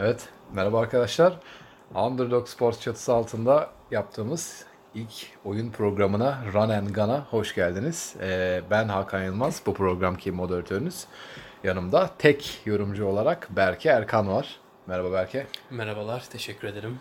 Evet, merhaba arkadaşlar. Underdog Sports çatısı altında yaptığımız ilk oyun programına Run and Gun'a hoş geldiniz. Ben Hakan Yılmaz, bu programki moderatörünüz. Yanımda tek yorumcu olarak Berke Erkan var. Merhaba Berke. Merhabalar, teşekkür ederim.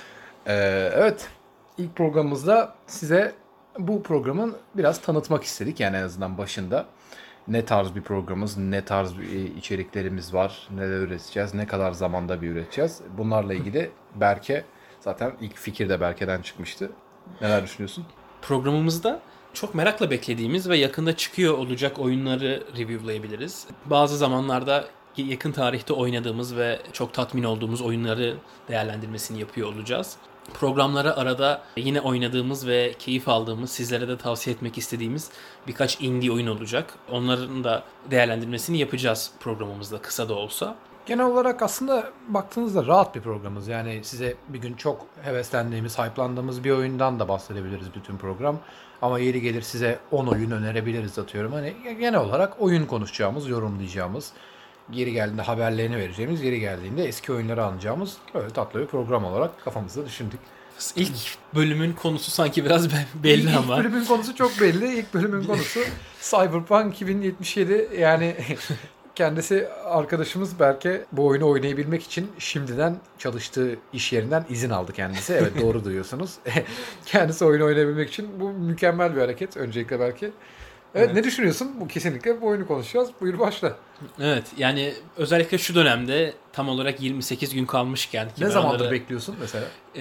Evet, ilk programımızda size bu programın biraz tanıtmak istedik. Yani en azından başında ne tarz bir programımız, ne tarz içeriklerimiz var, neler üreteceğiz, ne kadar zamanda bir üreteceğiz. Bunlarla ilgili Berke, zaten ilk fikir de Berke'den çıkmıştı. Neler düşünüyorsun? Programımızda çok merakla beklediğimiz ve yakında çıkıyor olacak oyunları reviewlayabiliriz. Bazı zamanlarda yakın tarihte oynadığımız ve çok tatmin olduğumuz oyunları değerlendirmesini yapıyor olacağız. Programlara arada yine oynadığımız ve keyif aldığımız, sizlere de tavsiye etmek istediğimiz birkaç indie oyun olacak. Onların da değerlendirmesini yapacağız programımızda, kısa da olsa. Genel olarak aslında baktığınızda rahat bir programız. Yani size bir gün çok heveslendiğimiz, hype'landığımız bir oyundan da bahsedebiliriz bütün program. Ama yeri gelir size 10 oyun önerebiliriz atıyorum. Hani genel olarak oyun konuşacağımız, yorumlayacağımız, geri geldiğinde haberlerini vereceğimiz, geri geldiğinde eski oyunları anlayacağımız böyle tatlı bir program olarak kafamızda düşündük. İlk bölümün konusu sanki biraz belli ama. İlk bölümün konusu çok belli. İlk bölümün konusu Cyberpunk 2077. Yani kendisi arkadaşımız Berke bu oyunu oynayabilmek için şimdiden çalıştığı iş yerinden izin aldı kendisi. Evet, doğru duyuyorsunuz. Kendisi oyunu oynayabilmek için bu mükemmel bir hareket. Öncelikle Berke. Evet, ne düşünüyorsun? Bu kesinlikle bu oyunu konuşacağız. Buyur başla. Evet, yani özellikle şu dönemde tam olarak 28 gün kalmışken. Ne zamandır bekliyorsun mesela?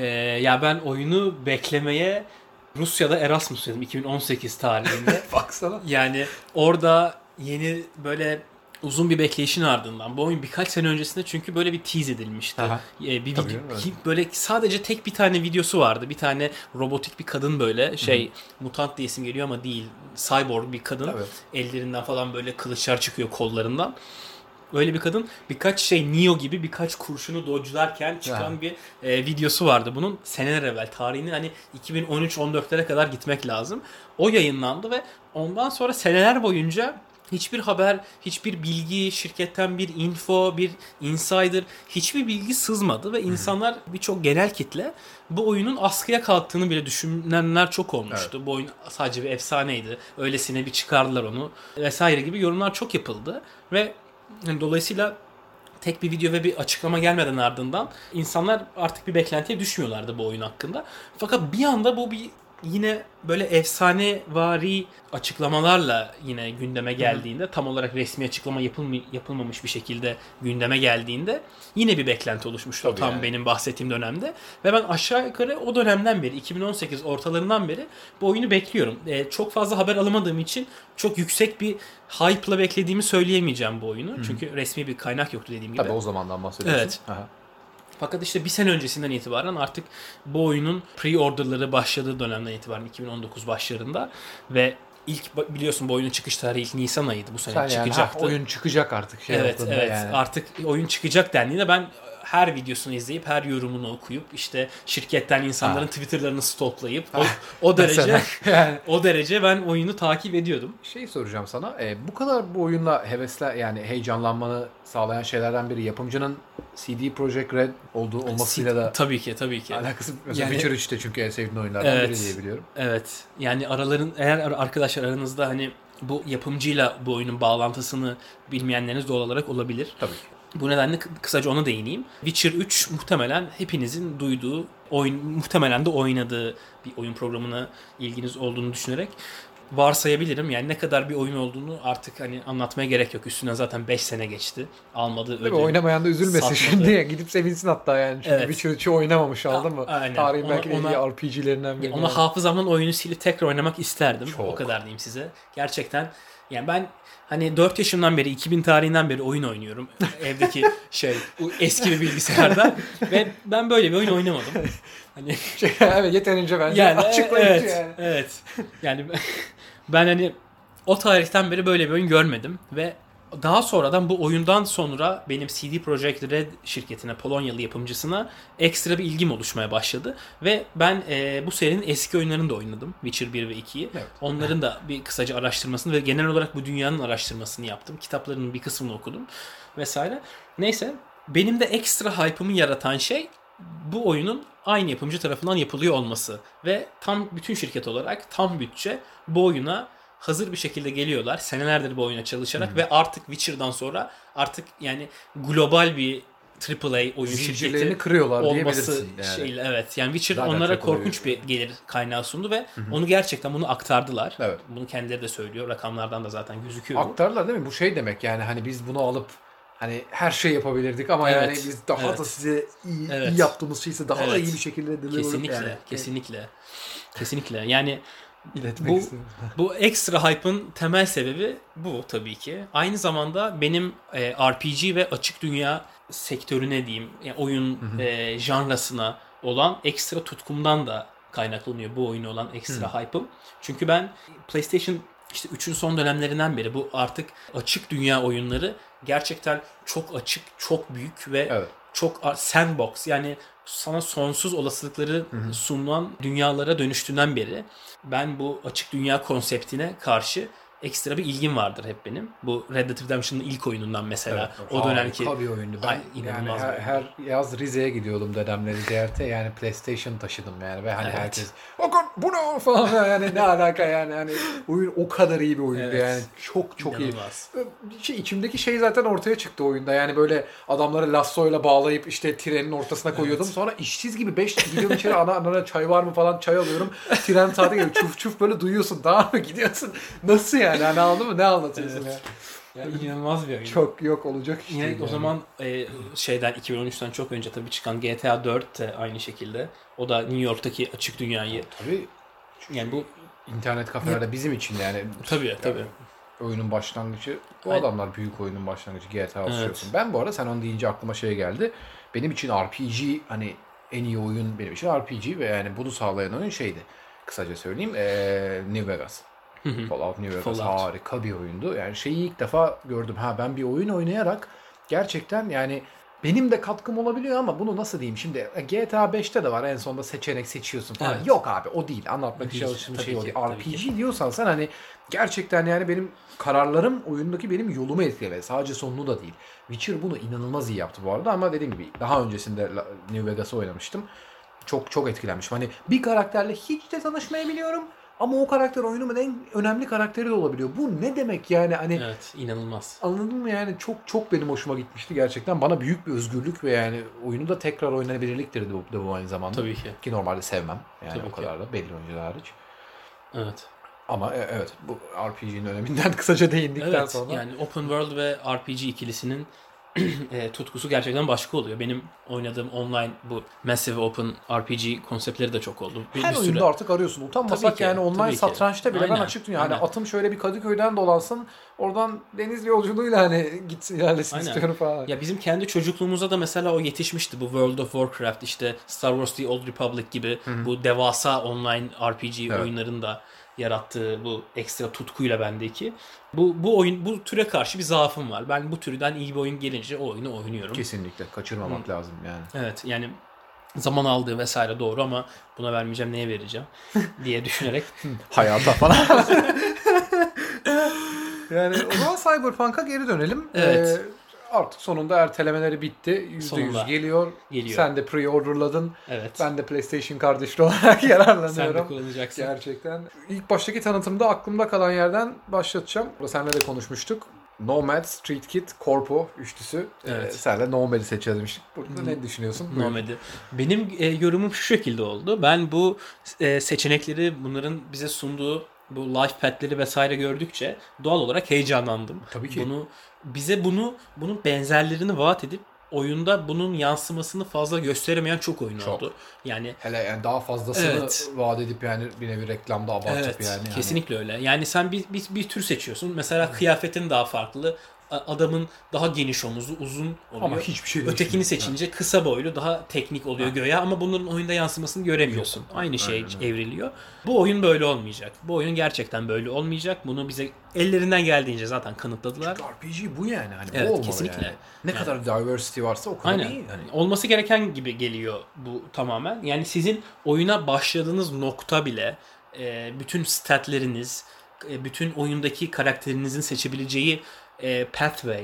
Ya ben oyunu beklemeye Rusya'da Erasmus dedim 2018 tarihinde. Baksana. Yani orada yeni böyle uzun bir bekleyişin ardından bu oyun birkaç sene öncesinde çünkü böyle bir tease edilmişti. Bir Tabii, video, evet. böyle sadece tek bir tane videosu vardı. Bir tane robotik bir kadın böyle mutant diye isim geliyor ama değil. Cyborg bir kadın. Evet. Ellerinden falan böyle kılıçlar çıkıyor kollarından. Öyle bir kadın birkaç Neo gibi birkaç kurşunu dodge'larken çıkan bir videosu vardı. Bunun seneler evvel tarihini hani 2013-14'lere kadar gitmek lazım. O yayınlandı ve ondan sonra seneler boyunca hiçbir haber, hiçbir bilgi, şirketten bir info, bir insider, hiçbir bilgi sızmadı ve insanlar birçok genel kitle bu oyunun askıya kalktığını bile düşünenler çok olmuştu. Evet. Bu oyun sadece bir efsaneydi. Öylesine bir çıkardılar onu vesaire gibi yorumlar çok yapıldı ve dolayısıyla tek bir video ve bir açıklama gelmeden ardından insanlar artık bir beklentiye düşmüyorlardı bu oyun hakkında. Fakat bir anda bu bir yine böyle efsanevari açıklamalarla yine gündeme geldiğinde tam olarak resmi açıklama yapılmamış bir şekilde gündeme geldiğinde yine bir beklenti oluşmuştu Tabii tam yani. benim bahsettiğim dönemde ve ben aşağı yukarı o dönemden beri 2018 ortalarından beri bu oyunu bekliyorum. Çok fazla haber alamadığım için çok yüksek bir hype'la beklediğimi söyleyemeyeceğim bu oyunu. Çünkü resmi bir kaynak yoktu dediğim gibi. Tabii o zamandan bahsediyorsun. Evet. Aha. Fakat işte bir sene öncesinden itibaren artık bu oyunun pre-orderları başladığı dönemden itibaren 2019 başlarında ve ilk biliyorsun bu oyunun çıkış tarihi ilk Nisan ayıydı bu sene Sen yani çıkacaktı. oyun çıkacak artık Evet yaptığında evet yani. artık oyun çıkacak dendiğinde ben her videosunu izleyip her yorumunu okuyup işte şirketten insanların Twitter'larını stalklayıp o derece Mesela yani. o derece ben oyunu takip ediyordum. Şey soracağım sana. Bu kadar bu oyunla yani heyecanlanmanı sağlayan şeylerden biri yapımcının CD Projekt Red olmasıyla da Tabii ki alakası. Mesela Yani- Witcher 3 de çünkü en sevdiğin oyunlardan biri diye biliyorum. Evet. Yani eğer arkadaşlar aranızda hani bu yapımcıyla bu oyunun bağlantısını bilmeyenleriniz doğal olarak olabilir. Tabii ki. Bu nedenle kısaca ona değineyim. Witcher 3 muhtemelen hepinizin duyduğu, muhtemelen de oynadığı bir oyun programına ilginiz olduğunu düşünerek varsayabilirim. Yani ne kadar bir oyun olduğunu artık hani anlatmaya gerek yok. Üstüne zaten 5 sene geçti. Almadığı Tabii ödül. oynamayan da üzülmesin satmadı. şimdi. Gidip sevinsin hatta yani. Çünkü Evet. Witcher 3'ü oynamamış aldın mı? Aynen. Tarihin belki de Ona- iyi RPG'lerinden biri. Ona hafızamdan oyunu silip tekrar oynamak isterdim. Çok. O kadar diyeyim size. Gerçekten yani ben hani 4 yaşımdan beri 2000 tarihinden beri oyun oynuyorum. Evdeki eski bir bilgisayarda ve ben böyle bir oyun oynamadım. Hani Evet, yeterince bence yani açıklayıcı evet, yani. evet. Yani ben hani o tarihten beri böyle bir oyun görmedim ve daha sonradan bu oyundan sonra benim CD Projekt Red şirketine, Polonyalı yapımcısına ekstra bir ilgim oluşmaya başladı. Ve ben bu serinin eski oyunlarını da oynadım. Witcher 1 ve 2'yi. Evet. Onların da bir kısaca araştırmasını ve genel olarak bu dünyanın araştırmasını yaptım. Kitaplarının bir kısmını okudum vesaire. Neyse. benim de ekstra hype'ımı yaratan şey bu oyunun aynı yapımcı tarafından yapılıyor olması. Ve tam bütün şirket olarak tam bütçe bu oyuna hazır bir şekilde geliyorlar. Senelerdir bu oyuna çalışarak ve artık Witcher'dan sonra artık yani global bir AAA oyun Zincirlerini şirketi kırıyorlar olması diyebilirsin yani. şeyle, evet. Yani Witcher Zaten onlara AAA korkunç bir gelir kaynağı sundu ve onu gerçekten bunu aktardılar. Evet. Bunu kendileri de söylüyor. Rakamlardan da zaten gözüküyor. bu. Aktarlar değil mi? Bu şey demek yani hani biz bunu alıp hani her şey yapabilirdik ama Evet, yani biz daha evet. da size iyi, Evet. iyi yaptığımız şeyse daha da Evet. iyi bir şekilde deliver Kesinlikle, yani. kesinlikle. Yani İletmek bu istedim. bu ekstra hype'ın temel sebebi bu tabii ki. Aynı zamanda benim RPG ve açık dünya sektörüne diyeyim, yani oyun janrasına olan ekstra tutkumdan da kaynaklanıyor bu oyuna olan ekstra hype'ım. Çünkü ben PlayStation işte 3'ün son dönemlerinden beri bu artık açık dünya oyunları gerçekten çok açık, çok büyük ve Evet. çok sandbox, yani sana sonsuz olasılıkları sunulan dünyalara dönüştüğünden beri ben bu açık dünya konseptine karşı ekstra bir ilgim vardır hep benim. Bu Red Dead Redemption'ın ilk oyunundan mesela. Evet, O dönemki harika bir oyundu. Ben Ay, yani inanılmaz bir her oyundu. yaz Rize'ye gidiyordum dedemleri ziyarete. Yani PlayStation taşıdım yani ve hani Evet. herkes "Okan bu ne?" falan yani ne alaka yani hani oyun o kadar iyi bir oyundu Evet. yani çok iyi. İnanılmaz. İçimdeki şey zaten ortaya çıktı oyunda. Yani böyle adamları lassoyla bağlayıp işte trenin ortasına koyuyordum. Sonra işsiz gibi 5 gidiyorum içeri ana çay var mı falan çay alıyorum. Tren saati geliyor. Çuf çuf böyle duyuyorsun. Daha mı gidiyorsun? Nasıl yani? Hani anladın mı? Ne anlatıyorsun Evet. ya? Ya, inanılmaz bir oyun. Çok yok olacak işte. Yine yani. o zaman şeyden 2013'ten çok önce tabii çıkan GTA 4 de aynı şekilde. O da New York'taki açık dünyayı. Tabii Yani bu internet kafelerde bizim için yani. tabii. Oyunun başlangıcı. Bu Aynen. adamlar büyük oyunun başlangıcı GTA Evet. olsun. Ben bu arada sen onu deyince aklıma şey geldi. Benim için RPG hani en iyi oyun benim için RPG ve yani bunu sağlayan oyun şeydi. Kısaca söyleyeyim. New Vegas. Fallout New Vegas Fallout. harika bir oyundu. Yani şeyi ilk defa gördüm. Ben bir oyun oynayarak gerçekten yani benim de katkım olabiliyor ama bunu nasıl diyeyim şimdi GTA 5'te de var en sonunda seçenek seçiyorsun falan. Evet. Yok abi o değil. Anlatmak için Değil. çalıştığım Tabii şey o ki, değil. tabii RPG diyorsan sen hani gerçekten yani benim kararlarım oyundaki benim yolumu etkiledi. Sadece sonunu da değil. Witcher bunu inanılmaz iyi yaptı bu arada ama dediğim gibi daha öncesinde New Vegas'ı oynamıştım. Çok etkilenmiştim. Hani bir karakterle hiç de tanışmayabiliyorum ama o karakter oyunumun en önemli karakteri de olabiliyor. Bu ne demek yani hani Evet, inanılmaz. anladın mı yani çok benim hoşuma gitmişti gerçekten. Bana büyük bir özgürlük ve yani oyunu da tekrar oynanabilirliktir de bu aynı zamanda. Tabii ki. Ki normalde sevmem yani Tabii o kadar da belli oyuncular hariç. Evet. Ama evet bu RPG'nin öneminden kısaca değindikten Evet, sonra. yani Open World ve RPG ikilisinin tutkusu gerçekten başka oluyor. Benim oynadığım online bu Massive Open RPG konseptleri de çok oldu. Her oyunda artık arıyorsun. Utanmasak Tabii ki, yani online tabii ki. satrançta bile ben Aynen, açık dünya. Hani aynen. atım şöyle bir Kadıköy'den dolansın. Oradan deniz yolculuğuyla hani gitsin ilerlesin Aynen. istiyorum falan. Ya bizim kendi çocukluğumuzda da mesela o yetişmişti. Bu World of Warcraft, işte Star Wars The Old Republic gibi bu devasa online RPG Evet. oyunların da yarattığı bu ekstra tutkuyla bendeki. Bu türe karşı bir zaafım var. Ben bu türden iyi bir oyun gelince o oyunu oynuyorum. Kesinlikle kaçırmamak lazım yani. Evet, yani zaman aldığı vesaire doğru ama buna vermeyeceğim, neye vereceğim diye düşünerek. Hayata falan. Yani o zaman Cyberpunk'a geri dönelim. Evet. Artık sonunda ertelemeleri bitti. Sonunda. %100 geliyor. Geliyor. Sen de pre-orderladın. Evet. Ben de PlayStation kardeşli olarak yararlanıyorum. Sen de kullanacaksın. Gerçekten. İlk baştaki tanıtımda aklımda kalan yerden başlatacağım. Seninle de konuşmuştuk. Nomad, Street Kid, Corpo üçlüsü. Evet. Senle Nomad'i seçeceğiz demiştik. Burada ne düşünüyorsun? Buyur. Nomad'i. Benim yorumum şu şekilde oldu. Ben bu seçenekleri, bunların bize sunduğu bu life pad'leri vesaire gördükçe doğal olarak heyecanlandım. Tabii ki. Bunun benzerlerini vaat edip oyunda bunun yansımasını fazla gösteremeyen çok oyun Çok. oldu. Yani Hele yani daha fazlasını Evet. vaat edip yani bir nevi reklamda abartıp evet, yani. kesinlikle öyle. Yani sen bir tür seçiyorsun. Mesela kıyafetin daha farklı. Adamın daha geniş omuzu, uzun oluyor. Ama hiçbir şey Ötekini değişmiyor. seçince kısa boylu, daha teknik oluyor göğe ama bunların oyunda yansımasını göremiyorsun. Aynı şey Aynen öyle. evriliyor. Bu oyun böyle olmayacak. Bu oyun gerçekten böyle olmayacak. Bunu bize ellerinden geldiğince zaten kanıtladılar. RPG bu yani. Hani Evet, bu olmalı kesinlikle. yani. Ne kadar diversity varsa o kadar Aynen. iyi. Hani Olması gereken gibi geliyor bu tamamen. Yani sizin oyuna başladığınız nokta bile bütün statleriniz, bütün oyundaki karakterinizin seçebileceği pathway,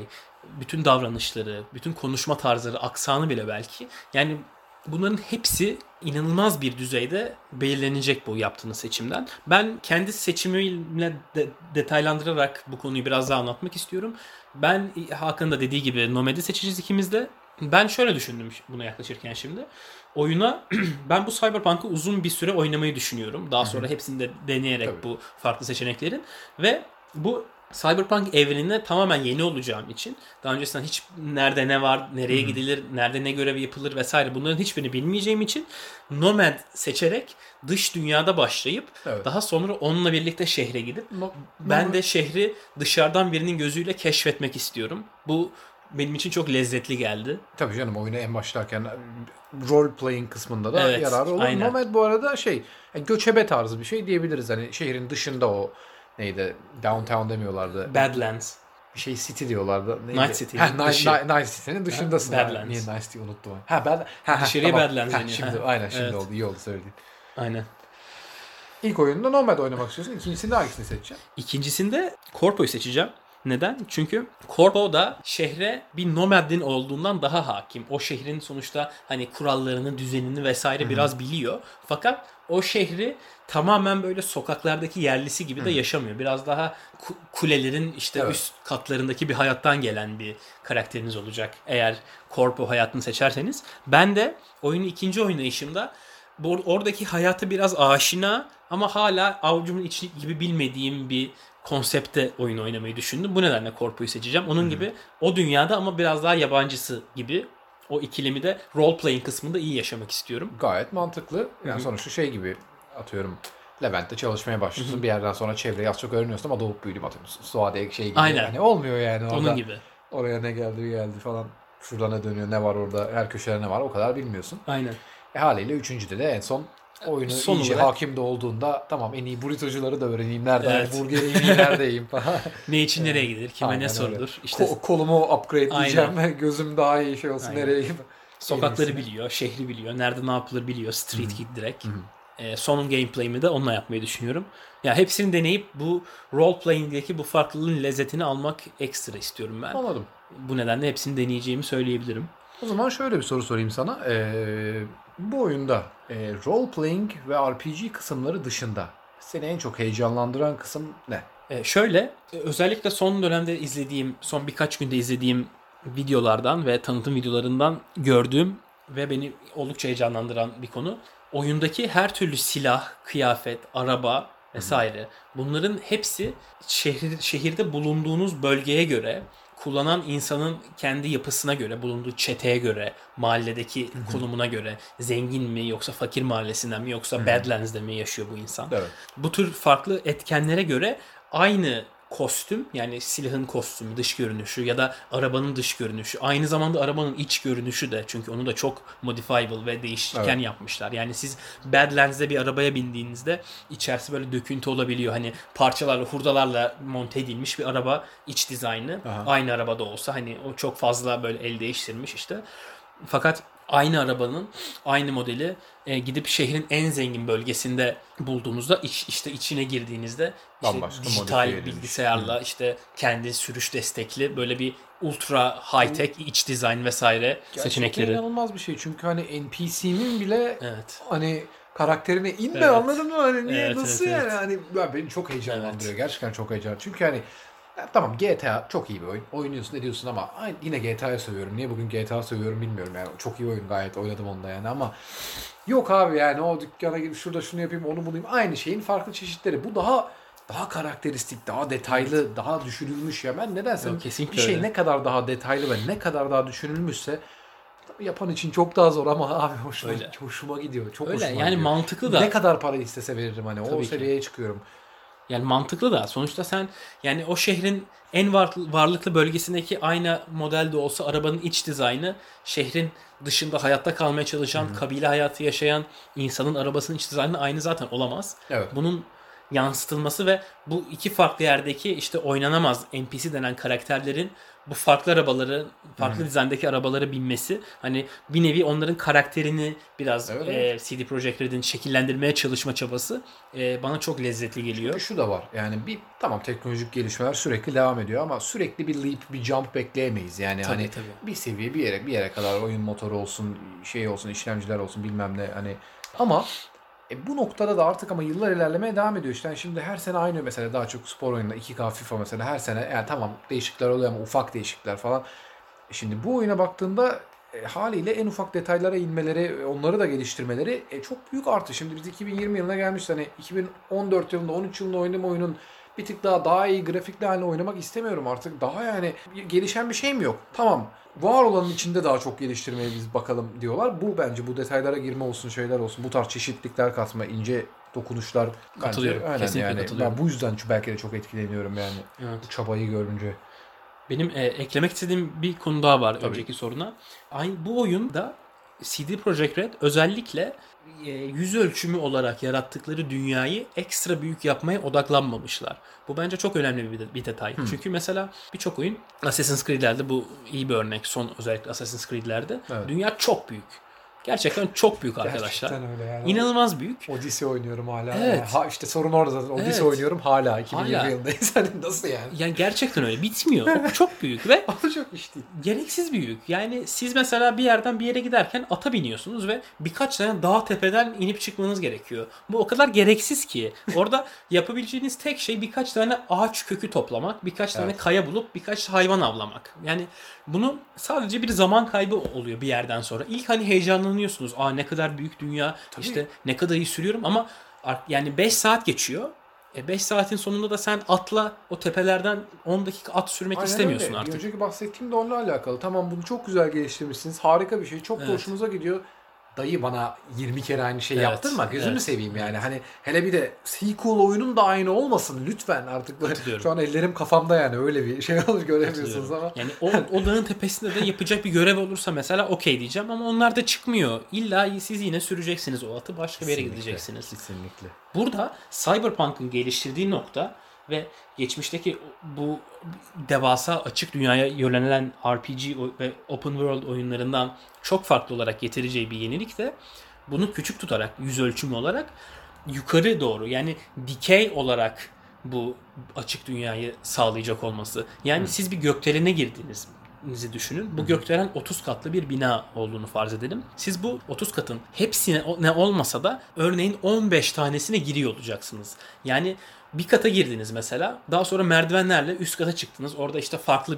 bütün davranışları, bütün konuşma tarzları, aksanı bile belki. Yani bunların hepsi inanılmaz bir düzeyde belirlenecek bu yaptığınız seçimden. Ben kendi seçimimle detaylandırarak bu konuyu biraz daha anlatmak istiyorum. Ben Hakan'ın da dediği gibi Nomad'i seçeceğiz ikimiz de. Ben şöyle düşündüm buna yaklaşırken şimdi. Oyuna ben bu Cyberpunk'ı uzun bir süre oynamayı düşünüyorum. Daha sonra hepsini de deneyerek Tabii. bu farklı seçeneklerin ve bu Cyberpunk evrenine tamamen yeni olacağım için daha öncesinden hiç nerede ne var, nereye gidilir, nerede ne görev yapılır vesaire bunların hiçbirini bilmeyeceğim için Nomad seçerek dış dünyada başlayıp Evet. daha sonra onunla birlikte şehre gidip No- ben de şehri dışarıdan birinin gözüyle keşfetmek istiyorum. Bu benim için çok lezzetli geldi. Tabii canım, oyuna en başlarken role playing kısmında da Evet, yararı olur. aynen. Nomad bu arada göçebe tarzı bir şey diyebiliriz. Hani şehrin dışında o neydi? Downtown demiyorlardı. Badlands. Bir şey city diyorlardı. Neydi? Night City. Night City'nin dışındasın. Badlands. Ha, niye Night City unuttum. Dışarıya Badlands deniyor. Şimdi, Ha, aynen şimdi evet. oldu. İyi oldu söylediğin. Aynen. İlk oyununda Nomad oynamak istiyorsun. İkincisinde hangisini seçeceksin? İkincisinde Corpo'yu seçeceğim. Neden? Çünkü Corpo da şehre bir nomadin olduğundan daha hakim. O şehrin sonuçta hani kurallarını, düzenini vesaire biraz biliyor. Fakat o şehri tamamen böyle sokaklardaki yerlisi gibi de yaşamıyor. Biraz daha kulelerin işte Evet. üst katlarındaki bir hayattan gelen bir karakteriniz olacak. Eğer Corpo hayatını seçerseniz. Ben de oyunu ikinci oynayışımda oradaki hayatı biraz aşina ama hala avucumun içi gibi bilmediğim bir konsepte oyun oynamayı düşündüm. Bu nedenle Corpo'yu seçeceğim. Onun gibi o dünyada ama biraz daha yabancısı gibi o ikilemi de role playing kısmında iyi yaşamak istiyorum. Gayet mantıklı. Yani sonuçta şey gibi atıyorum. Levent'te çalışmaya başlıyorsun. Bir yerden sonra çevreyi az çok öğreniyorsun ama doğup büyüdüm atıyorsun. Suadiye şey gibi. Aynen. Yani olmuyor yani orada. Onun gibi. Oraya ne geldi falan. Şurada ne dönüyor, ne var orada, her köşede ne var o kadar bilmiyorsun. Aynen. Haliyle üçüncüde de en son oyunu Son iyice olarak- hakim de olduğunda tamam en iyi burritocuları da öğreneyim. Nereden Evet. burgeri en iyi nerede yiyeyim falan. Ne için nereye gidilir, kime Aynen ne öyle. sorulur. İşte Kolumu upgradeleyeceğim ve gözüm daha iyi şey olsun Aynen. nereye gideyim. sokakları En iyisini. biliyor, şehri biliyor, nerede ne yapılır biliyor. Street Kid direkt. Son gameplay'imi de onunla yapmayı düşünüyorum. Ya hepsini deneyip bu role playing'deki bu farklılığın lezzetini almak ekstra istiyorum ben. Anladım. Bu nedenle hepsini deneyeceğimi söyleyebilirim. O zaman şöyle bir soru sorayım sana. Bu oyunda role playing ve RPG kısımları dışında seni en çok heyecanlandıran kısım ne? Özellikle son dönemde izlediğim, son birkaç günde izlediğim videolardan ve tanıtım videolarından gördüğüm ve beni oldukça heyecanlandıran bir konu. Oyundaki her türlü silah, kıyafet, araba vesaire bunların hepsi şehirde bulunduğunuz bölgeye göre, kullanan insanın kendi yapısına göre, bulunduğu çeteye göre, mahalledeki konumuna göre, zengin mi yoksa fakir mahallesinden mi yoksa Badlands'de mi yaşıyor bu insan? Evet. Bu tür farklı etkenlere göre aynı kostüm, yani silahın kostümü, dış görünüşü ya da arabanın dış görünüşü, aynı zamanda arabanın iç görünüşü de, çünkü onu da çok modifiable ve değişken yapmışlar. Yani siz Badlands'de bir arabaya bindiğinizde içerisi böyle döküntü olabiliyor. Hani parçalarla, hurdalarla monte edilmiş bir araba iç dizaynı. Aha. Aynı arabada olsa hani o çok fazla böyle el değiştirmiş işte. Fakat aynı arabanın aynı modeli gidip şehrin en zengin bölgesinde bulduğunuzda işte içine girdiğinizde işte Bambaşka dijital modifiye edilmiş. bilgisayarla işte kendi sürüş destekli böyle bir ultra high tech iç dizayn vesaire Gerçekten seçenekleri. inanılmaz bir şey. Çünkü hani NPC'nin bile Evet. hani karakterine inme Evet. anladın mı? Hani niye Evet, nasıl evet, yani? evet. Hani beni çok heyecanlandırıyor. Gerçekten çok heyecanlandırıyor. Çünkü hani tamam GTA çok iyi bir oyun. Oynuyorsun ediyorsun ama yine GTA'yı seviyorum. Niye bugün GTA seviyorum bilmiyorum yani. Çok iyi oyun, gayet oynadım onda yani ama yok abi yani o dükkana gidip şurada şunu yapayım onu bulayım. Aynı şeyin farklı çeşitleri. Bu daha karakteristik, daha detaylı, daha düşünülmüş ya. Ben nedense Yok, kesinlikle bir şey öyle. ne kadar daha detaylı ve ne kadar daha düşünülmüşse tabii yapan için çok daha zor ama abi Öyle. hoşuma gidiyor. Çok Öyle hoşuma yani gidiyor. mantıklı da. Ne kadar para istese veririm hani o Tabii ki. seviyeye çıkıyorum. Yani mantıklı da sonuçta sen yani o şehrin en varlıklı bölgesindeki aynı modelde olsa arabanın iç dizaynı şehrin dışında hayatta kalmaya çalışan, kabile hayatı yaşayan insanın arabasının iç dizaynı aynı zaten olamaz. Evet. Bunun yansıtılması ve bu iki farklı yerdeki işte oynanamaz NPC denen karakterlerin bu farklı arabaları, farklı dizayndaki arabalara binmesi hani bir nevi onların karakterini biraz Evet. CD Projekt Red'in şekillendirmeye çalışma çabası bana çok lezzetli geliyor. Şu da var. Yani tamam teknolojik gelişmeler sürekli devam ediyor ama sürekli bir leap, bir jump bekleyemeyiz. Yani Tabii, hani tabii. bir seviye bir yere kadar oyun motoru olsun, şey olsun, işlemciler olsun bilmem ne hani ama bu noktada da artık ama yıllar ilerlemeye devam ediyor. İşte yani şimdi her sene aynı mesela daha çok spor oyununda 2K FIFA mesela her sene yani tamam değişiklikler oluyor ama ufak değişiklikler falan. Şimdi bu oyuna baktığında haliyle en ufak detaylara inmeleri, onları da geliştirmeleri çok büyük artı. Şimdi biz 2020 yılına gelmiş hani 2014 yılında 13 yılında oynadığım oyunun bir tık daha iyi grafikli haline oynamak istemiyorum artık. Daha yani gelişen bir şey mi yok? Tamam. Var olanın içinde daha çok geliştirmeye biz bakalım diyorlar. Bu bence bu detaylara girme olsun, şeyler olsun. Bu tarz çeşitlilikler katma, ince dokunuşlar Katılıyorum. bence aynen Kesinlikle yani. katılıyorum. Ben bu yüzden belki de çok etkileniyorum yani. Evet. Bu çabayı görünce. Benim eklemek istediğim bir konu daha var Tabii. önceki soruna. Bu oyunda CD Projekt Red özellikle yüz ölçümü olarak yarattıkları dünyayı ekstra büyük yapmaya odaklanmamışlar. Bu bence çok önemli bir detay. Çünkü mesela birçok oyun Assassin's Creed'lerde bu iyi bir örnek. Son özellikle Assassin's Creed'lerde Evet. dünya çok büyük. Gerçekten çok büyük arkadaşlar. Gerçekten öyle yani. İnanılmaz büyük. Odyssey oynuyorum hala. Evet. Yani işte sorun orada zaten. Odyssey Evet. oynuyorum hala. 2020 Hala. yılındayız. Hani nasıl yani? Yani gerçekten öyle. Bitmiyor. O çok büyük ve O çok iş değil. gereksiz büyük. Yani siz mesela bir yerden bir yere giderken ata biniyorsunuz ve birkaç tane dağ tepeden inip çıkmanız gerekiyor. Bu o kadar gereksiz ki. Orada yapabileceğiniz tek şey birkaç tane ağaç kökü toplamak, birkaç tane Evet. kaya bulup birkaç hayvan avlamak. Yani bunu sadece bir zaman kaybı oluyor bir yerden sonra. İlk hani heyecanlanıyorsunuz. Ne kadar büyük dünya, işte ne kadar iyi sürüyorum ama yani 5 saat geçiyor. 5 saatin sonunda da sen atla o tepelerden 10 dakika at sürmek Aynen istemiyorsun öyle. artık. Bir önceki bahsettiğim de onunla alakalı. Tamam bunu çok güzel geliştirmişsiniz. Harika bir şey. Çok da Evet. hoşumuza gidiyor. Dayı bana 20 kere aynı şeyi Evet, yaptırma. Gözünü evet, seveyim yani. Hani hele bir de sequel oyunun da aynı olmasın lütfen artık. Katılıyorum. Şu an ellerim kafamda yani öyle bir şey olur göremiyorsunuz ama. Yani o dağın tepesinde de yapacak bir görev olursa mesela okey diyeceğim ama onlar da çıkmıyor. İlla siz yine süreceksiniz o atı, başka bir yere Kesinlikle, gideceksiniz. Kesinlikle. Burada Cyberpunk'ın geliştirdiği nokta ve geçmişteki bu devasa açık dünyaya yönelen RPG ve open world oyunlarından çok farklı olarak getireceği bir yenilik de bunu küçük tutarak, yüz ölçümü olarak yukarı doğru yani dikey olarak bu açık dünyayı sağlayacak olması. Yani siz bir gökdelene girdiğinizi düşünün. Bu gökdelen 30 katlı bir bina olduğunu farz edelim. Siz bu 30 katın hepsine ne olmasa da örneğin 15 tanesine giriyor olacaksınız. Yani bir kata girdiniz mesela. Daha sonra merdivenlerle üst kata çıktınız. Orada işte farklı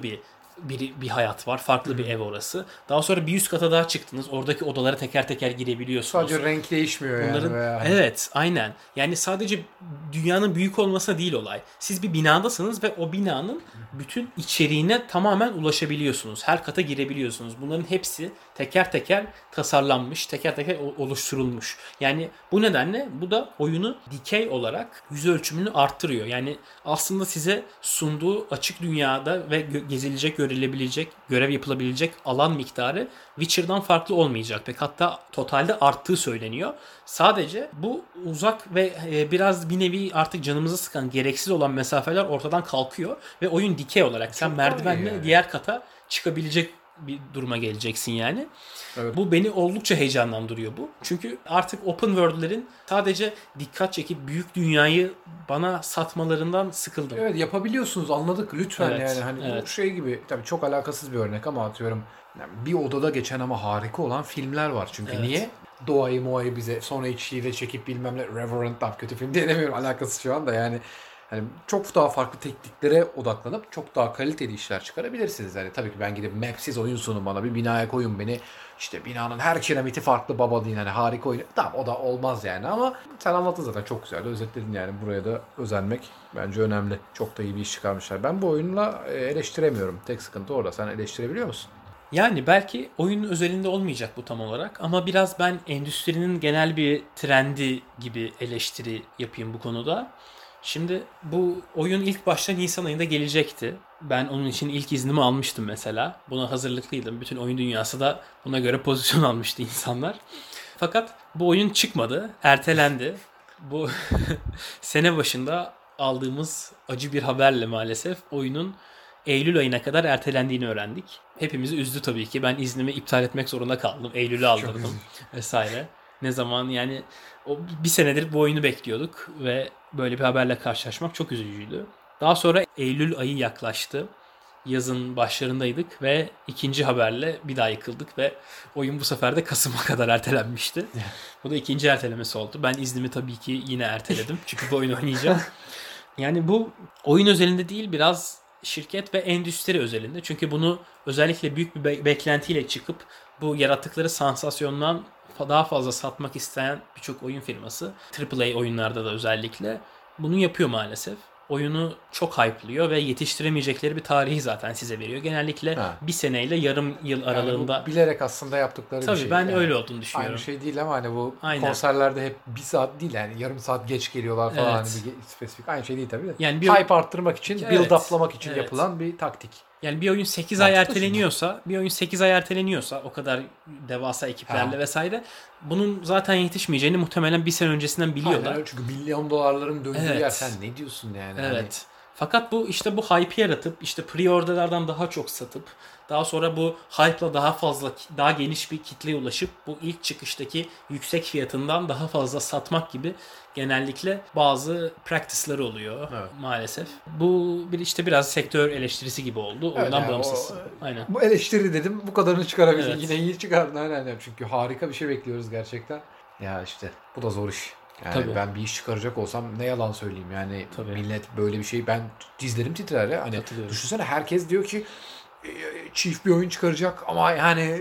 bir hayat var. Farklı bir ev orası. Daha sonra bir üst kata daha çıktınız. Oradaki odalara teker teker girebiliyorsunuz. Sadece renk değişmiyor yani. Bunların veya hani- evet aynen. Yani sadece dünyanın büyük olmasına değil olay. Siz bir binadasınız ve o binanın bütün içeriğine tamamen ulaşabiliyorsunuz. Her kata girebiliyorsunuz. Bunların hepsi teker teker tasarlanmış, teker teker oluşturulmuş. Yani bu nedenle bu da oyunu dikey olarak yüz ölçümünü arttırıyor. Yani aslında size sunduğu açık dünyada ve gezilecek, görülebilecek, görev yapılabilecek alan miktarı Witcher'dan farklı olmayacak. Pek hatta totalde arttığı söyleniyor. Sadece bu uzak ve biraz bir nevi artık canımızı sıkan, gereksiz olan mesafeler ortadan kalkıyor ve oyun dikey olarak sen Çok daha iyi merdivenle yani. diğer kata çıkabilecek bir duruma geleceksin yani. Evet. Bu beni oldukça heyecanlandırıyor bu. Çünkü artık open world'lerin sadece dikkat çekip büyük dünyayı bana satmalarından sıkıldım. Evet yapabiliyorsunuz anladık lütfen Evet, yani hani evet. bu şey gibi tabii çok alakasız bir örnek ama atıyorum yani bir odada geçen ama harika olan filmler var çünkü Evet. niye? Doğayı bize sonra içliğiyle çekip bilmem ne Reverend tam kötü film diye demiyorum alakasız şu anda yani hani çok daha farklı tekniklere odaklanıp çok daha kaliteli işler çıkarabilirsiniz. Yani tabii ki ben gidip mapsiz oyun sunun bana bir binaya koyun beni işte binanın her kiremiti farklı baba deyin hani harika oyun. Tamam o da olmaz yani ama sen anlattın zaten çok güzel özetledin yani buraya da özenmek bence önemli. Çok da iyi bir iş çıkarmışlar. Ben bu oyunla eleştiremiyorum. Tek sıkıntı orada. Sen eleştirebiliyor musun? Yani belki oyunun özelinde olmayacak bu tam olarak ama biraz ben endüstrinin genel bir trendi gibi eleştiri yapayım bu konuda. Şimdi bu oyun ilk başta Nisan ayında gelecekti. Ben onun için ilk iznimi almıştım mesela. Buna hazırlıklıydım. Bütün oyun dünyası da buna göre pozisyon almıştı insanlar. Fakat bu oyun çıkmadı. Ertelendi. Bu sene başında aldığımız acı bir haberle maalesef oyunun Eylül ayına kadar ertelendiğini öğrendik. Hepimizi üzdü tabii ki. Ben iznimi iptal etmek zorunda kaldım. Eylül'ü aldırdım vesaire. Ne zaman yani bir senedir bu oyunu bekliyorduk ve böyle bir haberle karşılaşmak çok üzücüydü. Daha sonra Eylül ayı yaklaştı. Yazın başlarındaydık ve ikinci haberle bir daha yıkıldık ve oyun bu sefer de Kasım'a kadar ertelenmişti. Bu da ikinci ertelemesi oldu. Ben iznimi tabii ki yine erteledim. Çünkü bu oyunu oynayacağım. Yani bu oyun özelinde değil, biraz şirket ve endüstri özelinde. Çünkü bunu özellikle büyük bir beklentiyle çıkıp bu yarattıkları sansasyondan daha fazla satmak isteyen birçok oyun firması, AAA oyunlarda da özellikle bunu yapıyor maalesef. Oyunu çok hype'lıyor ve yetiştiremeyecekleri bir tarihi zaten size veriyor. Genellikle bir seneyle yarım yıl aralığında. Yani bilerek aslında yaptıkları bir Tabii şey. ben Yani öyle olduğunu düşünüyorum. aynı şey değil ama hani bu Aynen. konserlerde hep bir saat değil yani yarım saat geç geliyorlar falan Evet. hani bir spesifik aynı şey değil tabii de. Yani Hype arttırmak için, Evet. build up'lamak için Evet. yapılan bir taktik. Yani bir oyun 8 ay Mantıklı erteleniyorsa, o kadar devasa ekiplerle Ha. vesaire, bunun zaten yetişmeyeceğini muhtemelen bir sene öncesinden biliyorlar. Aynen öyle, çünkü milyon dolarların döndüğü Evet. yer, sen ne diyorsun yani? Hani Evet. Fakat bu işte bu hype'ı yaratıp işte pre-order'lardan daha çok satıp daha sonra bu hype'la daha geniş bir kitleye ulaşıp bu ilk çıkıştaki yüksek fiyatından daha fazla satmak gibi genellikle bazı practice'ları oluyor maalesef. Bu biraz sektör eleştirisi gibi oldu. Evet, Ondan yani bağımsız. Aynen. bu eleştiri dedim, bu kadarını çıkarabildin. Evet. Yine iyi çıkardın aynen. Çünkü harika bir şey bekliyoruz gerçekten. Ya işte bu da zor iş. Yani Tabii. ben bir iş çıkaracak olsam ne yalan söyleyeyim yani Tabii. millet böyle bir şey, ben dizlerim titrer ya. Hani Katılıyorum. düşünsene, herkes diyor ki çift bir oyun çıkaracak ama yani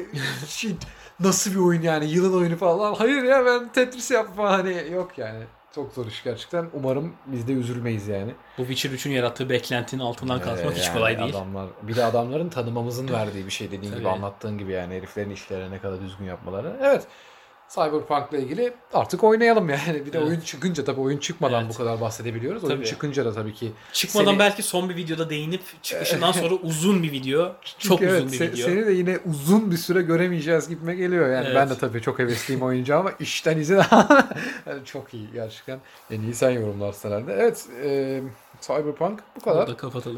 nasıl bir oyun yani, yılın oyunu falan. Hayır ya, ben Tetris yap falan, hani yok yani. Çok zor iş gerçekten. Umarım biz de üzülmeyiz yani. Bu Witcher 3'ün yarattığı beklentinin altından kalkmak hiç Yani kolay değil. Bir de adamların tanımamızın verdiği bir şey, dediğin gibi, Tabii. anlattığın gibi yani heriflerin işlerini ne kadar düzgün yapmaları. Evet. Cyberpunk'la ilgili artık oynayalım yani. Bir de Evet. oyun çıkınca, tabii oyun çıkmadan Evet. bu kadar bahsedebiliyoruz. Oyun Tabii. çıkınca da tabii ki Çıkmadan belki son bir videoda değinip çıkışından sonra uzun bir video. Çok çünkü uzun bir video. Seni de yine uzun bir süre göremeyeceğiz gibime geliyor. Yani Evet. ben de tabii çok hevesliyim oyuncu ama işten izin yani çok iyi gerçekten. En iyi sen yorumlarsın herhalde. Evet, Cyberpunk bu kadar. Burada kapatalım.